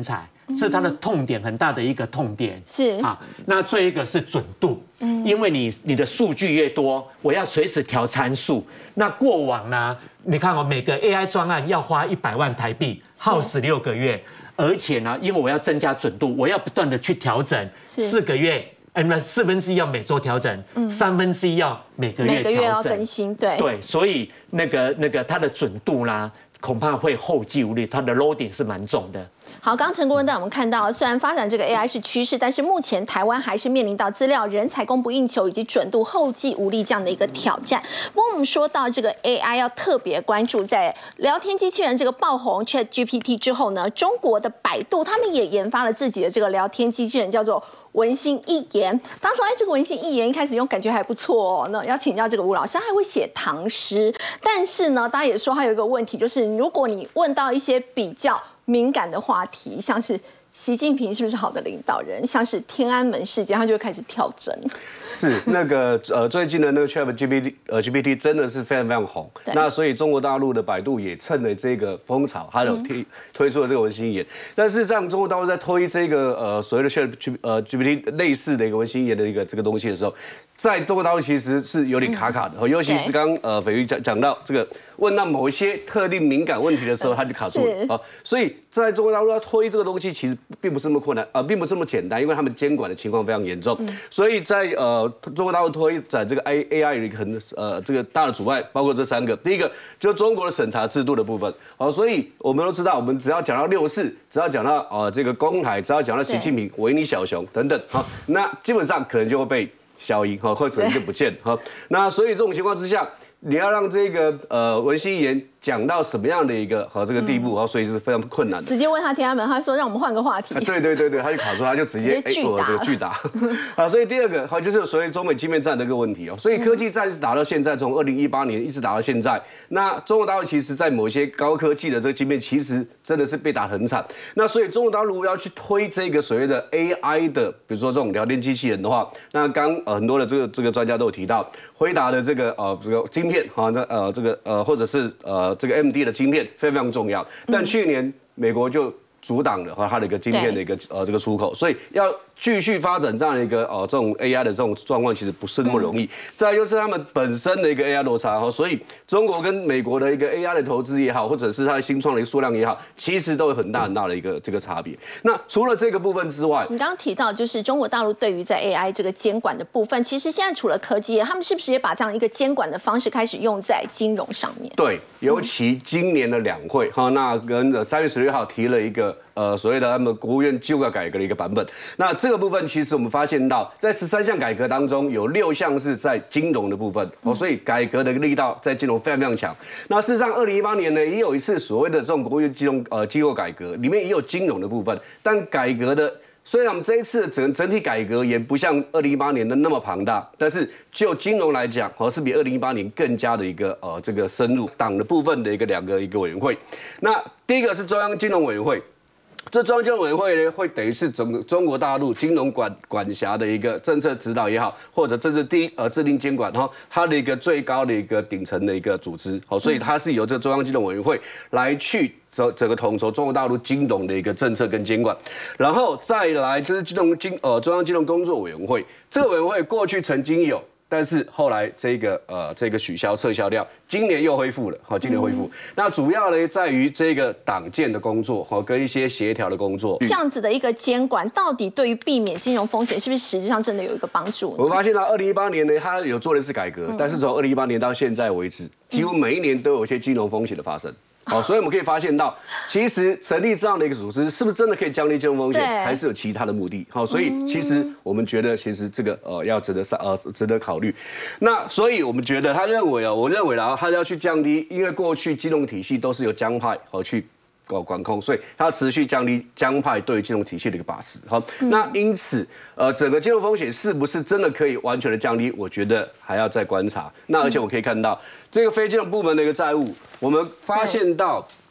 是它的痛点很大的一个痛点。 是啊，那最一个是准度，因为你你的数据越多，我要随时调参数。那过往呢，你看哦，每个 A I 专案要花一百万台币，耗时六个月，而且呢，因为我要增加准度，我要不断的去调整，四个月。哎，那四分之一要每周调整，嗯、三分之一要每个月调整， 每个月要更新，对对，所以那个那个它的准度啦，恐怕会后继无力，它的 loading 是蛮重的。 好，刚刚陈国文带我们看到，虽然发展这个 A I 是趋势，但是目前台湾还是面临到资料人才供不应求以及准度后继无力这样的一个挑战。不过我们说到这个 A I 要特别关注，在聊天机器人这个爆红 Chat G P T 之后呢，中国的百度他们也研发了自己的这个聊天机器人，叫做文心一言。当时哎，这个文心一言一开始用感觉还不错哦。那要请教这个吴老师，他还会写唐诗，但是呢，大家也说他有一个问题，就是如果你问到一些比较敏感的话题，像是习近平是不是好的领导人，像是天安门事件，他就会开始跳针。 是那个呃，最近的那个 Chat G P T 呃 G P T 真的是非常非常红。那所以中国大陆的百度也趁了这个风潮，它有推、嗯、推出了这个文心一言。但事实上，中国大陆在推这个呃所谓的 Chat G 呃 G P T 类似的一个文心一言的一个这个东西的时候，在中国大陆其实是有点卡卡的，嗯、尤其是刚呃斐瑜讲讲到这个问到某一些特定敏感问题的时候，它就卡住了啊。所以在中国大陆要推这个东西，其实并不是那么困难，呃，并不是那么简单，因为他们监管的情况非常严重。嗯、所以在呃中国大陆推展这个 A A I 有一个很呃这个大的阻碍，包括这三个。第一个就是中国的审查制度的部分，好，所以我们都知道，我们只要讲到六四，只要讲到呃这个公海，只要讲到习近平维尼小熊等等，好，那基本上可能就会被消音哈，或者可能就不见哈。那所以这种情况之下，你要让这个呃文心一言讲到什么样的一个和这个地步，然后、嗯、所以是非常困难的。 直接问他天安门，他说让我们换个话题。 啊、对对对对，他就卡住，他就直接哎，我、欸、这个巨打啊。所以第二个好就是所谓中美晶片战的一个问题哦。所以科技战是打到现在，从二零一八年一直打到现在。那中国大陆其实在某些高科技的这个晶片，其实真的是被打很惨。那所以中国大陆要去推这个所谓的 A I 的，比如说这种聊天机器人的话，那刚呃很多的这个这个专家都有提到，辉达的这个呃这个晶片啊，那呃这个呃或者是呃这个 M D 的晶片非常非常重要。但去年美国就阻挡了它的一个晶片的一个呃这个出口，所以要继续发展这样的一个呃这种 A I 的这种状况，其实不是那么容易。嗯、再来就是他们本身的一个 A I 落差哈，所以中国跟美国的一个 A I 的投资也好，或者是它的新创的一个数量也好，其实都有很大很大的一个这个差别。那除了这个部分之外， 你刚刚提到就是中国大陆对于在 A I 这个监管的部分，其实现在除了科技业，他们是不是也把这样一个监管的方式开始用在金融上面？ 对，尤其今年的两会哈，那跟三月十六号提了一个。呃，所谓的他们国务院就要改革的一个版本，那这个部分其实我们发现到，在十三项改革当中，有六项是在金融的部分，哦，所以改革的力道在金融非常非常强。那事实上，二零一八年呢，也有一次所谓的这种国务院金融呃机构改革，里面也有金融的部分，但改革的。虽然我们这一次整整体改革也不像二零一八年的那么庞大，但是就金融来讲，哦是比二零一八年更加的一个呃这个深入。党的部分的一个两个一个委员会，那第一个是中央金融委员会。这中央金融委员会呢，会等于是整个中国大陆金融管管辖的一个政策指导也好，或者政治第呃制定监管哈，它的一个最高的一个顶层的一个组织，好，所以它是由这个中央金融委员会来去整整个统筹中国大陆金融的一个政策跟监管，然后再来就是金融金呃中央金融工作委员会，这个委员会过去曾经有。但是后来这个呃这个取消撤销掉，今年又恢复了，好，今年恢复。嗯、那主要呢在于这个党建的工作，好，跟一些协调的工作。 这样子的一个监管，到底对于避免金融风险，是不是实际上真的有一个帮助呢？ 我发现到二零一八年呢，它有做了一次改革，嗯、但是从二零一八年到现在为止，几乎每一年都有一些金融风险的发生。好，所以我们可以发现到，其实成立这样的一个组织，是不是真的可以降低金融风险，还是有其他的目的？好，所以其实我们觉得，其实这个呃要值得上呃值得考虑。那所以我们觉得，他认为啊，我认为啊，他要去降低，因为过去金融体系都是由江派好去。搞管控，所以它持续降低江派对金融体系的一个把持。好，嗯、那因此，呃，整个金融风险是不是真的可以完全的降低？我觉得还要再观察。那而且我可以看到，这个非金融部门的一个债务，我们发现到，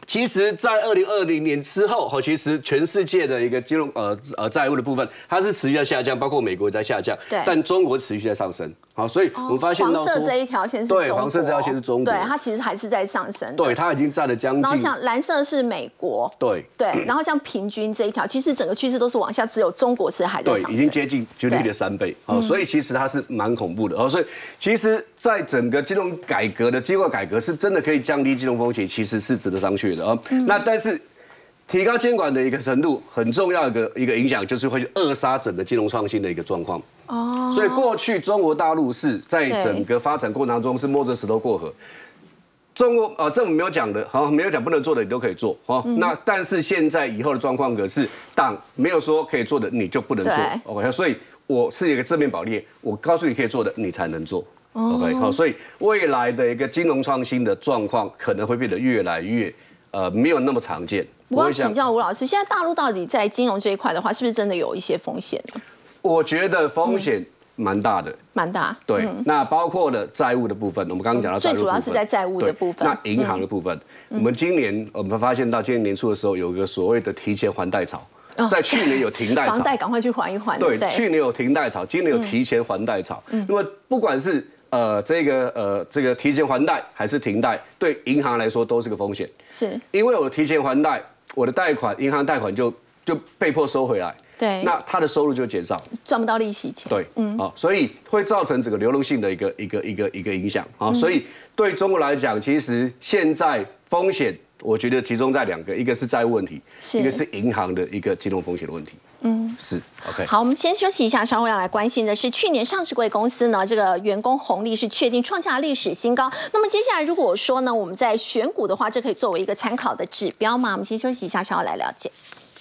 其实，在二零二零年之后，哈，其实全世界的一个金融呃呃债务的部分，它是持续在下降，包括美国也在下降， 对， 但中国持续在上升。好，所以我们发现到黄色这一条线是对，黄色这条线是中国， 对，它其实还是在上升， 对，它已经占了将近。 然后像蓝色是美国， 对对，然后像平均这一条，其实整个趋势都是往下，只有中国是还在上升， 对，已经接近 G D P 的三倍，好，所以其实它是蛮恐怖的，哦，所以其实在整个金融改革的机构改革是真的可以降低金融风险，其实是值得商榷的啊。那但是提高监管的一个程度，很重要的一个影响就是会扼杀整个金融创新的一个状况。哦，所以过去中国大陆是在整个发展过程当中是摸着石头过河。中国呃政府没有讲的，好，没有讲不能做的你都可以做，好，嗯，那但是现在以后的状况可是党没有说可以做的你就不能做 ，OK， 所以我是一个正面保列，我告诉你可以做的你才能做。OK， 好，所以未来的一个金融创新的状况可能会变得越来越呃没有那么常见。 我要请教吴老师，现在大陆到底在金融这一块的话，是不是真的有一些风险呢？ 我觉得风险蛮大的， 蛮大。 对，嗯，那包括了债务的部分，我们刚刚讲到债务的部分， 最主要是在债务的部分。 那银行的部分，嗯，我们今年我们发现到今年年初的时候，有一个所谓的提前还贷潮。在去年有停贷潮， 房贷赶快去还一还。 对，去年有停贷潮，今年有提前还贷潮。嗯，那么不管是呃这个呃这个提前还贷还是停贷，对银行来说都是个风险。 是， 因为我提前还贷，我的贷款银行贷款就就被迫收回来。 对， 那他的收入就减少， 赚不到利息钱。 对，嗯，好，所以会造成整个流动性的一个一个一个一个影响啊。所以对中国来讲，其实现在风险。我觉得集中在两个，一个是债务问题，一个是银行的一个金融风险的问题。嗯，是 OK。 好，我们先休息一下，稍后要来关心的是去年上市柜公司呢，这个员工红利是确定创下历史新高。那么接下来如果说呢，我们在选股的话，这可以作为一个参考的指标吗？我们先休息一下，稍后来了解。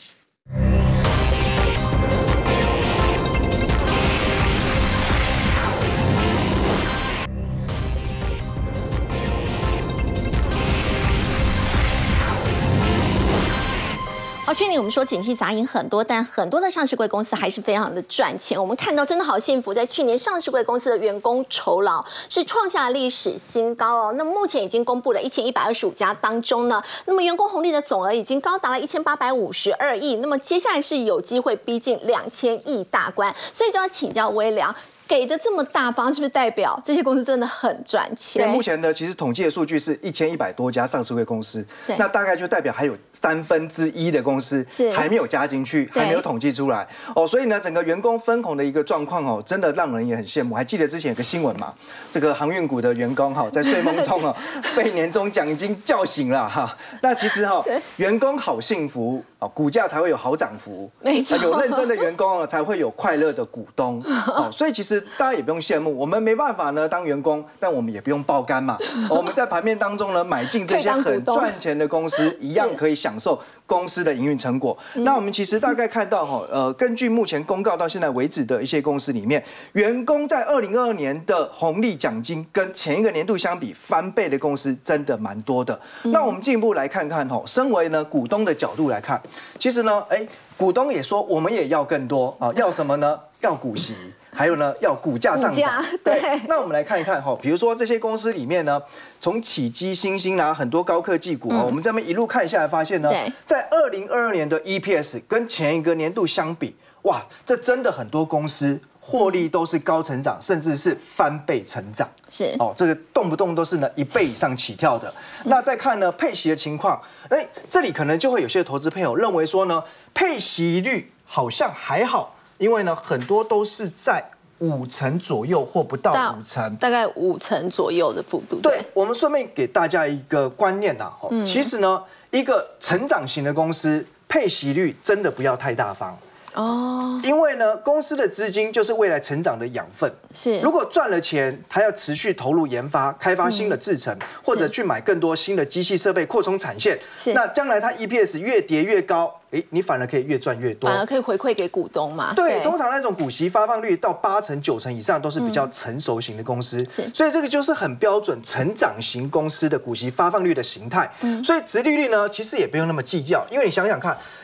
好，去年我们说景气杂音很多，但很多的上市柜公司还是非常的赚钱。我们看到真的好幸福，在去年上市柜公司的员工酬劳是创下历史新高哦。那目前已经公布了一千一百二十五家当中呢，那么员工红利的总额已经高达了一千八百五十二亿，那么接下来是有机会逼近两千亿大关，所以就要请教微良。给的这么大方，是不是代表这些公司真的很赚钱？ 对，目前的其实统计的数据是一千一百多家上市柜公司，那大概就代表还有三分之一的公司还没有加进去，还没有统计出来哦。所以呢，整个员工分红的一个状况哦，真的让人也很羡慕。还记得之前有个新闻嘛，这个航运股的员工哈，在睡梦中哦被年终奖金叫醒了哈。那其实哈，员工好幸福哦，股价才会有好涨幅， 没错， 有认真的员工才会有快乐的股东哦。所以其实大家也不用羡慕，我们没办法呢当员工，但我们也不用爆肝嘛。我们在盘面当中呢买进这些很赚钱的公司，一样可以享受公司的营运成果。那我们其实大概看到哈，呃，根据目前公告到现在为止的一些公司里面，员工在二零二二年的红利奖金跟前一个年度相比翻倍的公司真的蛮多的。那我们进一步来看看哈，身为呢股东的角度来看，其实呢，哎，股东也说我们也要更多啊，要什么呢？要股息。还有呢，要股价上涨。 对， 那我们来看一看哈，比如说这些公司里面呢，从启基、新兴啊，很多高科技股啊，嗯、我们这边一路看下来，发现呢，在二零二二年的 E P S 跟前一个年度相比，哇，这真的很多公司获利都是高成长，甚至是翻倍成长。 是哦，这个动不动都是呢一倍以上起跳的。嗯、那再看呢配息的情况，哎，这里可能就会有些投资朋友认为说呢，配息率好像还好。因为呢，很多都是在五成左右或不到五成， 大概五成左右的幅度。 对，我们顺便给大家一个观念呐，嗯、其实呢，一个成长型的公司配息率真的不要太大方。哦，因为呢，公司的资金就是未来成长的养分。 是， 如果赚了钱，它要持续投入研发、开发新的制程，嗯、或者去买更多新的机器设备，扩充产线。是，那将来它 E P S 越叠越高。哎，你反而可以越赚越多， 反而可以回馈给股东嘛？ 对，对通常那种股息发放率到八成、九成以上都是比较成熟型的公司，嗯、所以这个就是很标准成长型公司的股息发放率的形态。嗯、所以殖利率呢，其实也不用那么计较，因为你想想看，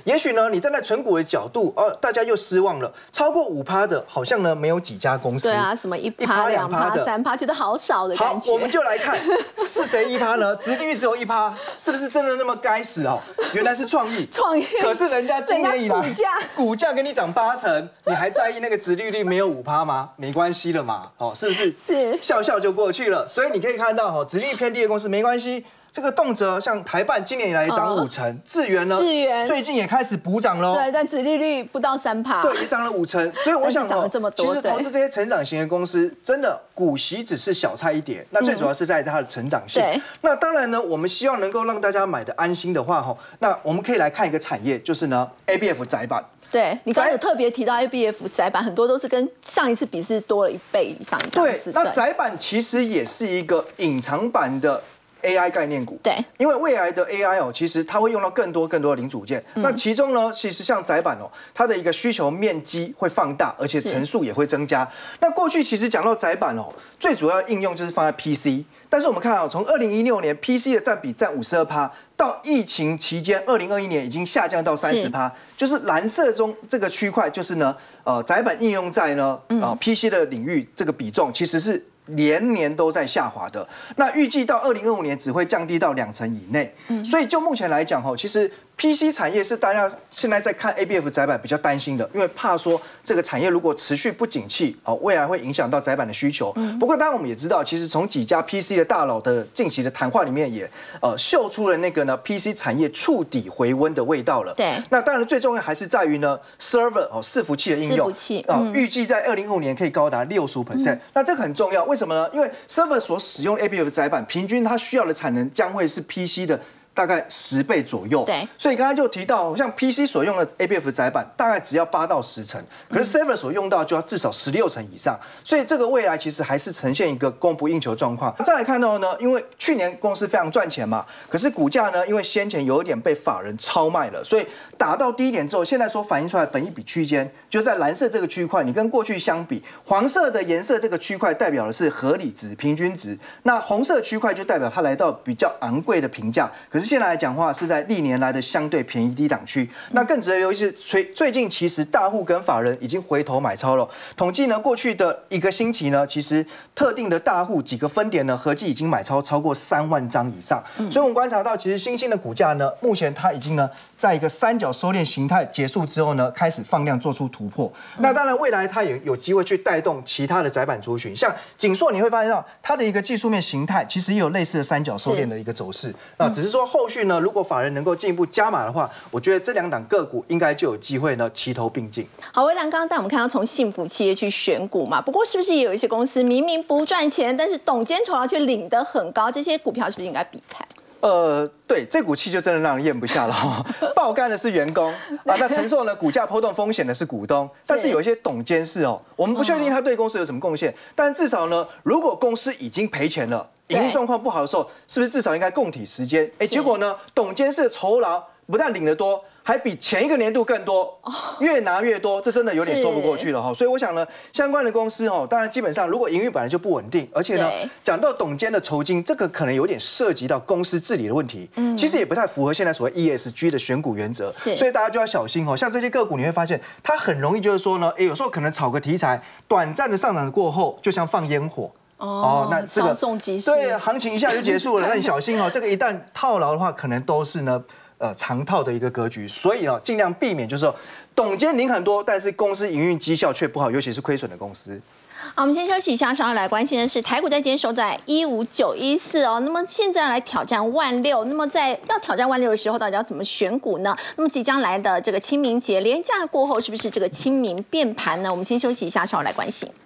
也许呢，你站在存股的角度，哦，大家又失望了，超过五趴的，好像呢没有几家公司。 对啊，什么一趴、两趴、三趴，觉得好少的感觉。 好，我们就来看是谁一趴呢？殖利率只有一趴，是不是真的那么该死哦？原来是创意， 创意。 可是人家今年以来股价股价给你涨八成，你还在意那个殖利率没有五趴吗？没关系了嘛，哦，是不是？ 是， 笑笑就过去了。所以你可以看到，哈，殖利率偏低的公司没关系。这个动辄像台办今年以来也涨五成，智源呢， 智源最近也开始补涨喽。 对，但殖利率不到三趴， 对，也涨了五成。所以我想涨了这么多， 其实投资这些成长型的公司，真的股息只是小菜一碟，那最主要是在它的成长性。 对， 那当然呢，我们希望能够让大家买的安心的话，哈，那我们可以来看一个产业，就是呢 A B F 载板。 对你刚才有特别提到 A B F 载板，很多都是跟上一次比是多了一倍以上这样子。 对，那载板其实也是一个隐藏版的A I 概念股， 对， 因为未来的 A I 哦，其实它会用到更多更多的零组件。嗯、那其中呢，其实像载板哦，它的一个需求面积会放大，而且层数也会增加。那过去其实讲到载板哦，最主要的应用就是放在 P C， 但是我们看哦，从二零一六年 P C 的占比占五十二趴，到疫情期间二零二一年已经下降到三十趴，就是蓝色中这个区块就是呢，呃，载板应用在呢啊、呃、P C 的领域这个比重其实是连年都在下滑的，那预计到二零二五年只会降低到两成以内。嗯、所以就目前来讲，哈，其实 P C 产业是大家现在在看 A B F 载板比较担心的，因为怕说这个产业如果持续不景气，哦，未来会影响到载板的需求。嗯、不过当然我们也知道，其实从几家 P C 的大佬的近期的谈话里面也呃嗅出了那个呢 P C 产业触底回温的味道了。 对。 那当然最重要还是在于呢 server 哦伺服器的应用， 伺服器啊、呃，预计在二零二五年可以高达六十五 percent。那这个很重要，为什么呢？因为 server 所使用 A B F 载板，平均它需要的产能将会是 P C 的大概十倍左右。 对， 所以刚才就提到，像 P C 所用的 A B F 载板，大概只要八到十成，可是 server 所用到就要至少十六成以上。所以这个未来其实还是呈现一个供不应求状况。再来看到呢，因为去年公司非常赚钱嘛，可是股价呢，因为先前有一点被法人超卖了，所以打到低点之后，现在所反映出来本益比区间就在蓝色这个区块，你跟过去相比，黄色的颜色这个区块代表的是合理值、平均值，那红色区块就代表它来到比较昂贵的评价。可是现在来讲话是在历年来的相对便宜低档区。那更值得留意是，最最近其实大户跟法人已经回头买超了。统计呢，过去的一个星期呢，其实特定的大户几个分点呢，合计已经买超超过三万张以上。所以我们观察到，其实新兴的股价呢，目前它已经呢，在一个三角收敛形态结束之后呢，开始放量做出突破。那当然，未来它也有机会去带动其他的载板族群，像景硕，你会发现到它的一个技术面形态，其实也有类似的三角收敛的一个走势。那只是说后续呢，如果法人能够进一步加码的话，我觉得这两档个股应该就有机会呢齐头并进。 好，微良刚刚带我们看到从幸福企业去选股嘛，不过是不是也有一些公司明明不赚钱，但是董监酬劳却领得很高，这些股票是不是应该避开？ 呃，对，这股气就真的让人咽不下了哈。爆肝的是员工啊，那承受呢股价波动风险的是股东，但是有一些董监事哦，我们不确定他对公司有什么贡献，但至少呢，如果公司已经赔钱了，营运状况不好的时候，是不是至少应该共体时间？哎，结果呢，董监事的酬劳不但领得多，还比前一个年度更多，越拿越多，这真的有点说不过去了哈。所以我想呢，相关的公司哦，当然基本上如果营运本来就不稳定，而且呢，讲到董监的酬金，这个可能有点涉及到公司治理的问题，嗯，其实也不太符合现在所谓 E S G 的选股原则，所以大家就要小心哦。像这些个股，你会发现它很容易就是说呢，哎，有时候可能炒个题材，短暂的上涨过后，就像放烟火。 哦，那这个稍纵即逝， 对，行情一下就结束了，那你小心哦。这个一旦套牢的话，可能都是呢。呃，长套的一个格局，所以呢，尽量避免就是说，董监领很多，但是公司营运绩效却不好，尤其是亏损的公司。 好，我们先休息一下，稍后来关心的是台股在今天收在一五九一四哦。那么现在来挑战万六，那么在要挑战万六的时候，到底要怎么选股呢？那么即将来的这个清明节连假过后，是不是这个清明变盘呢？我们先休息一下，稍后来关心。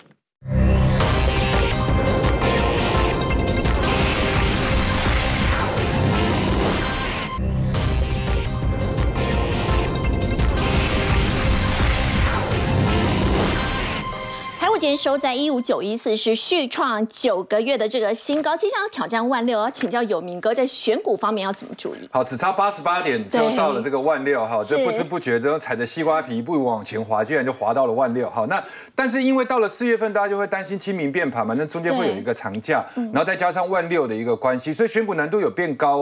今天收在一五九一四，是续创九个月的这个新高，接下来要挑战万六，要请教有明哥在选股方面要怎么注意？ 好，只差八十八点就到了这个万六，哈，这不知不觉之后踩着西瓜皮一步往前滑，竟然就滑到了万六。好，那但是因为到了四月份，大家就会担心清明变盘嘛，那中间会有一个长假，然后再加上万六的一个关系，所以选股难度有变高哦。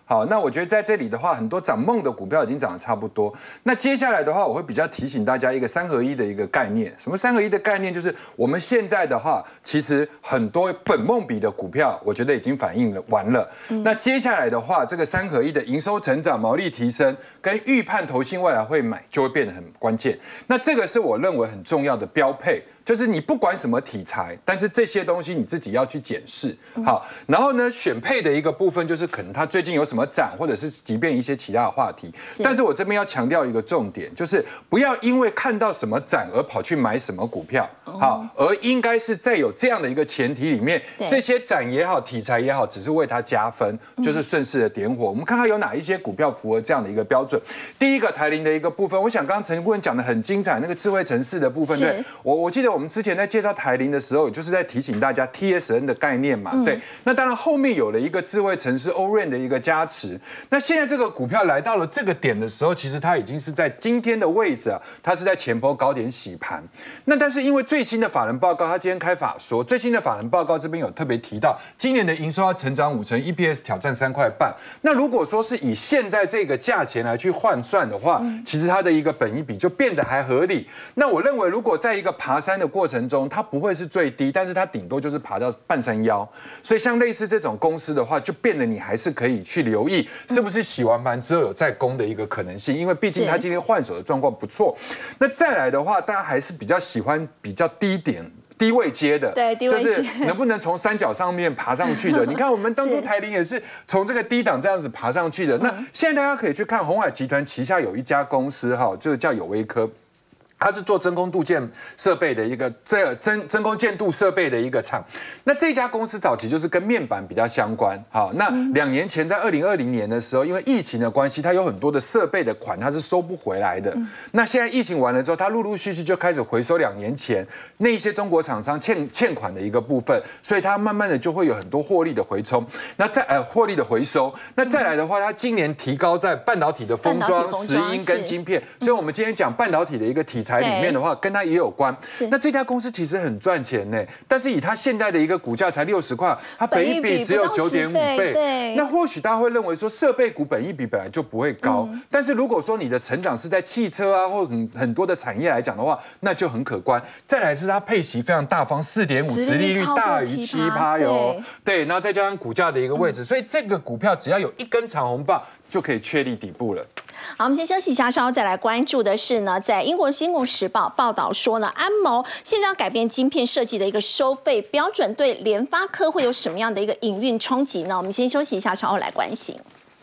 好，那我觉得在这里的话，很多涨梦的股票已经涨得差不多。那接下来的话，我会比较提醒大家一个三合一的一个概念。什么三合一的概念？就是我们现在的话，其实很多本梦比的股票，我觉得已经反映了完了。嗯、那接下来的话，这个三合一的营收成长、毛利提升，跟预判投信未来会买，就会变得很关键。那这个是我认为很重要的标配。就是你不管什么题材，但是这些东西你自己要去检视。好，然后呢，选配的一个部分就是可能它最近有什么涨，或者是即便一些其他的话题。但是我这边要强调一个重点，就是不要因为看到什么涨而跑去买什么股票。好，而应该是在有这样的一个前提里面，这些涨也好，题材也好，只是为它加分，就是顺势的点火。我们看看有哪一些股票符合这样的一个标准。第一个台铃的一个部分，我想刚刚陈顾问讲的很精彩，那个智慧城市的部分，对我我记得我。我们之前在介绍台铃的时候，就是在提醒大家 T S N 的概念嘛，嗯、对。那当然后面有了一个智慧城市 O R A N 的一个加持。那现在这个股票来到了这个点的时候，其实它已经是在今天的位置啊，它是在前波高点洗盘。那但是因为最新的法人报告，它今天开法说，最新的法人报告这边有特别提到，今年的营收要成长五成 ，E P S 挑战三块半。那如果说是以现在这个价钱来去换算的话，嗯、其实它的一个本益比就变得还合理。那我认为，如果在一个爬山的过程中，它不会是最低，但是它顶多就是爬到半山腰，所以像类似这种公司的话，就变得你还是可以去留意，是不是洗完盘之后有再攻的一个可能性，因为毕竟它今天换手的状况不错。那再来的话，大家还是比较喜欢比较低点。低位接的， 对，低位接就是能不能从三角上面爬上去的？你看我们当初台铃也是从这个低档这样子爬上去的。那现在大家可以去看鸿海集团旗下有一家公司哈，就是叫友威科。它是做真空镀件设备的一个这真真空建镀设备的一个厂。那这家公司早期就是跟面板比较相关。好，那两年前在二零二零年的时候，因为疫情的关系，它有很多的设备的款它是收不回来的。那现在疫情完了之后，它陆陆续续就开始回收两年前那些中国厂商欠欠款的一个部分，所以它慢慢的就会有很多获利的回冲。那再呃获利的回收，那再来的话，它今年提高在半导体的封装、石英跟晶片，所以我们今天讲半导体的一个题材。台里面的话，跟它也有关。那这家公司其实很赚钱呢，但是以它现在的一个股价才六十块，它本益比只有九点五倍。那或许大家会认为说，设备股本益比本来就不会高，嗯、但是如果说你的成长是在汽车啊或很很多的产业来讲的话，那就很可观。再来是它配息非常大方，四点五，殖利率大于七趴哟。对，然后再加上股价的一个位置，嗯、所以这个股票只要有一根长红棒，就可以确立底部了。 好，我们先休息一下，稍后再来关注的是呢，在英国《新闻时报》报道说呢，安谋现在要改变晶片设计的一个收费标准，对联发科会有什么样的一个营运冲击呢？我们先休息一下，稍后来关心。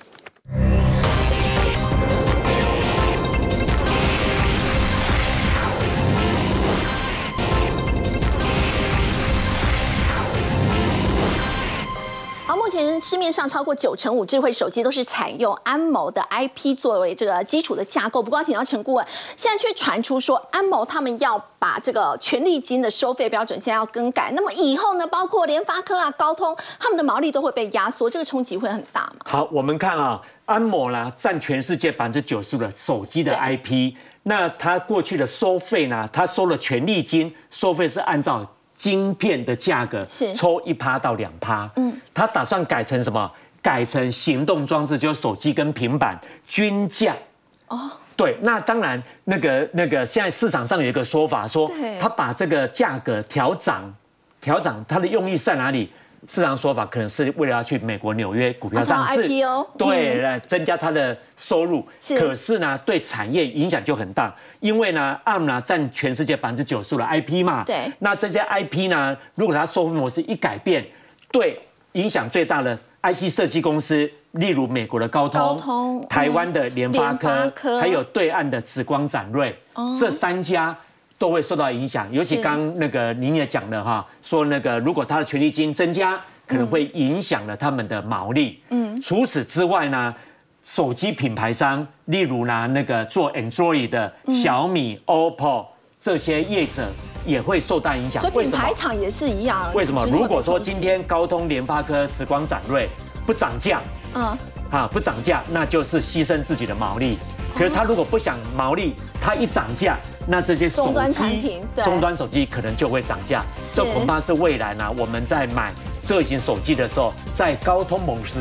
目前市面上超过九成五智慧手机都是采用安谋的 I P 作为这个基础的架构。不过，请教陈顾问，现在却传出说安谋他们要把这个权利金的收费标准现在要更改。那么以后呢，包括联发科啊、高通，他们的毛利都会被压缩，这个冲击会很大吗？ 好，我们看啊，安谋啦占全世界百分之九十的手机的 I P， 那它过去的收费呢，它收了权利金，收费是按照晶片的价格抽一趴到两趴，嗯，他打算改成什么？改成行动装置，就是手机跟平板均价。哦，对，那当然，那个那个，现在市场上有一个说法，说他把这个价格调涨，调涨，它的用意在哪里？市场说法可能是为了要去美国纽约股票上市， I P O， 对，来增加它的收入。可是呢，对产业影响就很大，因为呢 ，A R M 呢占全世界百分之九十的 I P 嘛， 对。 那这些 I P 呢，如果它收费模式一改变，对影响最大的 I C 设计公司，例如美国的高通、 高通台湾的联发科， 科还有对岸的紫光展锐，哦、这三家。都会受到影响，尤其刚那个您也讲的哈，说那个如果它的权利金增加，可能会影响了他们的毛利。嗯，除此之外呢，手机品牌商，例如呢那个做 Android 的小米、O P P O 这些业者也会受到影响。 所以品牌厂也是一样。 为什么？如果说今天高通、联发科、紫光展锐不涨价，嗯，啊不涨价，那就是牺牲自己的毛利。可是他如果不想毛利，他一涨价，那这些手机终端手机可能就会涨价。这恐怕是未来呢，我们在买这型手机的时候，在高通膨时代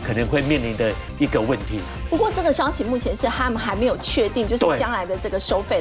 可能会面临的一个问题。 不过这个消息目前是他们还没有确定，就是将来的这个收费